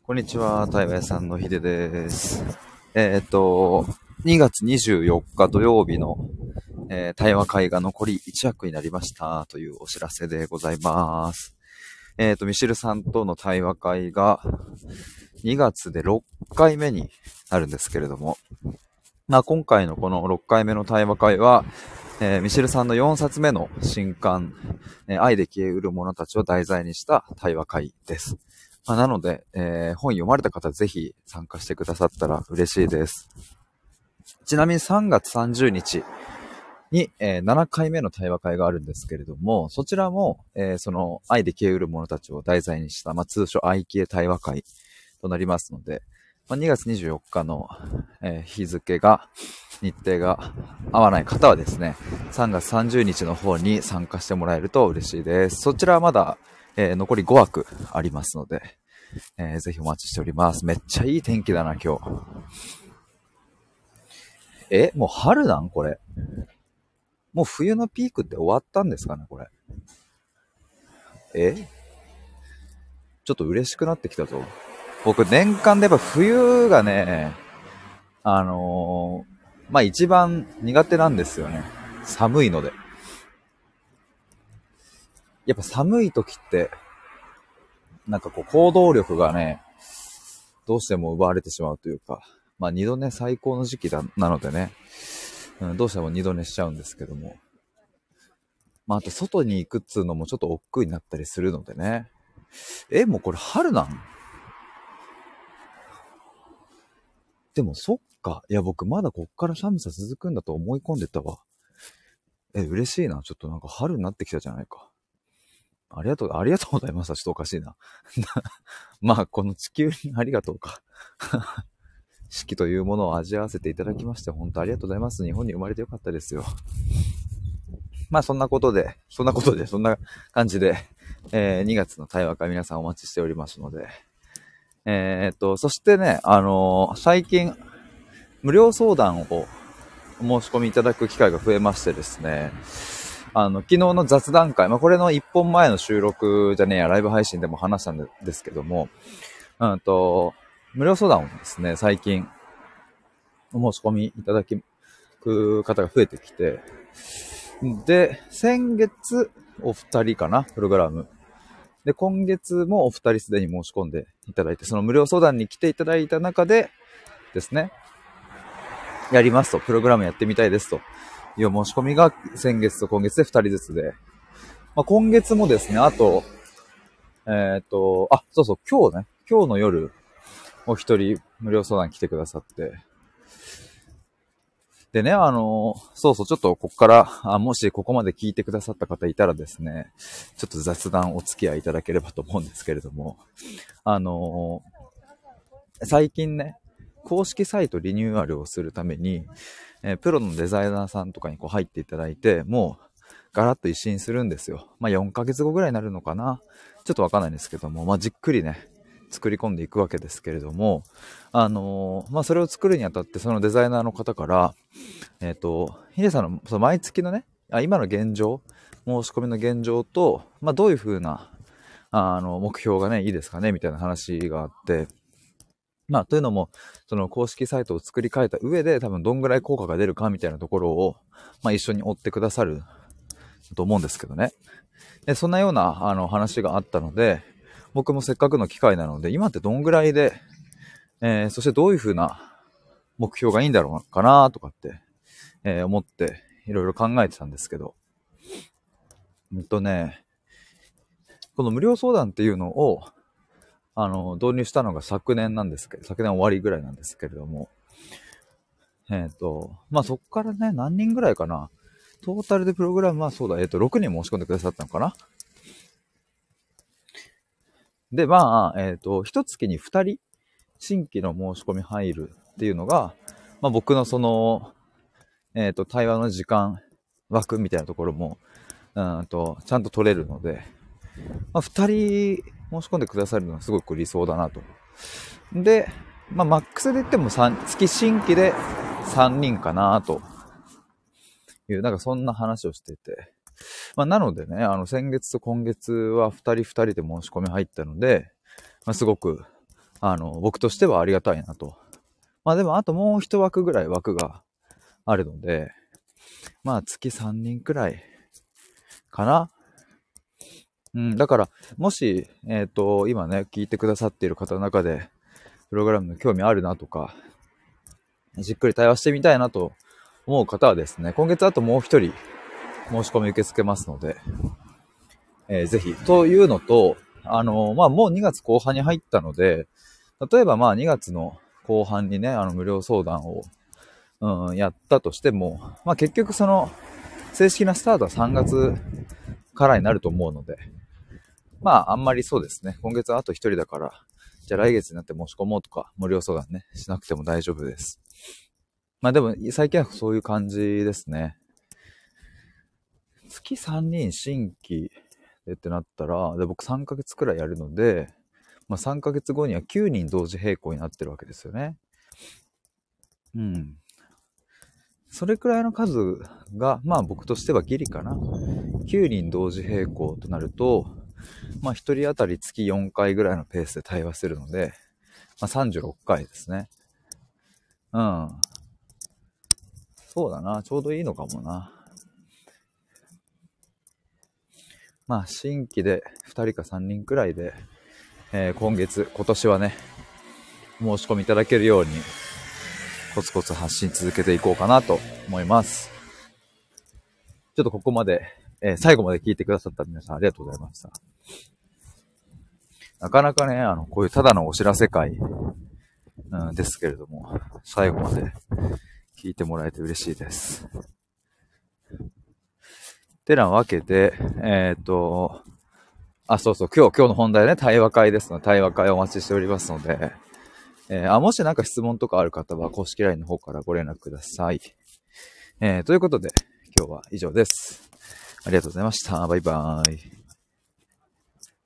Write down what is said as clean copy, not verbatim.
こんにちは、対話屋さんのひでです。2月24日土曜日の、対話会が残り1枠になりましたというお知らせでございます。ミシルさんとの対話会が2月で6回目になるんですけれども、今回のこの6回目の対話会は、ミシルさんの4冊目の新刊、愛で消えうる者たちを題材にした対話会です。なので、本読まれた方ぜひ参加してくださったら嬉しいです。ちなみに3月30日に、7回目の対話会があるんですけれども、そちらも、その愛で消えうる者たちを題材にした、通称愛消え対話会となりますので、2月24日の、日付が、日程が合わない方はですね、3月30日の方に参加してもらえると嬉しいです。そちらはまだ残り5枠ありますので、ぜひお待ちしております。めっちゃいい天気だな、今日。もう春なんこれ。もう冬のピークって終わったんですかね、これ。ちょっと嬉しくなってきたぞ。僕、年間でやっぱ冬がね、一番苦手なんですよね。寒いので。やっぱ寒い時って、行動力がね、どうしても奪われてしまうというか、二度寝最高の時期なのでね、どうしても二度寝しちゃうんですけども。あと外に行くっつうのもちょっと億劫になったりするのでね。もうこれ春なん？でもそっか。いや僕まだこっから寒さ続くんだと思い込んでたわ。嬉しいな。ちょっと春になってきたじゃないか。ありがとうございます。ちょっとおかしいな。この地球にありがとうか。四季というものを味わわせていただきまして、本当ありがとうございます。日本に生まれてよかったですよ。そんな感じで、2月の対話会皆さんお待ちしておりますので。そしてね、最近、無料相談をお申し込みいただく機会が増えましてですね、昨日の雑談会、これの1本前の収録じゃねえや、ライブ配信でも話したんですけども、無料相談をですね、最近、お申し込みいただく方が増えてきて、で、先月お二人かな、プログラム。で、今月もお二人すでに申し込んでいただいて、その無料相談に来ていただいた中でですね、やりますと、プログラムやってみたいですという申し込みが先月と今月で二人ずつで、今月もですね、あと、そうそう、今日の夜、お一人無料相談来てくださって、でね、ちょっとここから、もしここまで聞いてくださった方いたらですね、ちょっと雑談お付き合いいただければと思うんですけれども、最近ね、公式サイトリニューアルをするために、プロのデザイナーさんとかに入っていただいて、もうガラッと一新するんですよ。4ヶ月後ぐらいになるのかな。ちょっとわかんないんですけども、じっくりね、作り込んでいくわけですけれども、それを作るにあたってそのデザイナーの方から、ヒデさんのその毎月のね、今の現状、申し込みの現状と、どういう風な、目標がね、いいですかねみたいな話があって、というのも、その公式サイトを作り変えた上で、多分どんぐらい効果が出るかみたいなところを、一緒に追ってくださると思うんですけどね。で、そんなような、話があったので、僕もせっかくの機会なので、今ってどんぐらいで、そしてどういう風な目標がいいんだろうかなとかって、思って、いろいろ考えてたんですけど、この無料相談っていうのを、導入したのが昨年終わりぐらいなんですけれども、そっからね、何人ぐらいかな。トータルでプログラムはそうだ、6人申し込んでくださったのかな。で、一月に2人、新規の申し込み入るっていうのが、僕のその、対話の時間枠みたいなところも、ちゃんと取れるので、2人申し込んでくださるのはすごく理想だなと。で、マックスで言っても月新規で3人かなという、そんな話をしてて。なのでね、先月と今月は2人で申し込み入ったので、すごく、 僕としてはありがたいなと。まあでもあともう一枠ぐらい枠があるので、まあ月3人くらいかな。うん、だから、もし、今ね、聞いてくださっている方の中で、プログラムの興味あるなとか、じっくり対話してみたいなと思う方はですね、今月あともう一人申し込み受け付けますので、ぜひ。というのと、まあ、もう2月後半に入ったので、例えばまあ2月の後半にね、無料相談を、やったとしても、まあ結局その、正式なスタートは3月からになると思うので、まああんまりそうですね、今月はあと1人だから、じゃあ来月になって申し込もうとか、無料相談ね、しなくても大丈夫です。まあでも、最近はそういう感じですね。月3人新規でってなったら、で、僕3ヶ月くらいやるので、まあ3ヶ月後には9人同時並行になってるわけですよね。うん。それくらいの数が、まあ僕としてはギリかな。9人同時並行となると、まあ1人当たり月4回ぐらいのペースで対話するので、まあ36回ですね。うん。そうだな。ちょうどいいのかもな。まあ新規で2人か3人くらいで、今年はね、申し込みいただけるように、コツコツ発信続けていこうかなと思います。ちょっとここまで、最後まで聞いてくださった皆さんありがとうございました。なかなかね、こういうただのお知らせ会、ですけれども、最後まで聞いてもらえて嬉しいです。てなわけで、そうそう、今日の本題ね、対話会ですので、対話会お待ちしておりますので、もしなんか質問とかある方は公式 LINE の方からご連絡ください。ということで、今日は以上です。ありがとうございました。バイバーイ。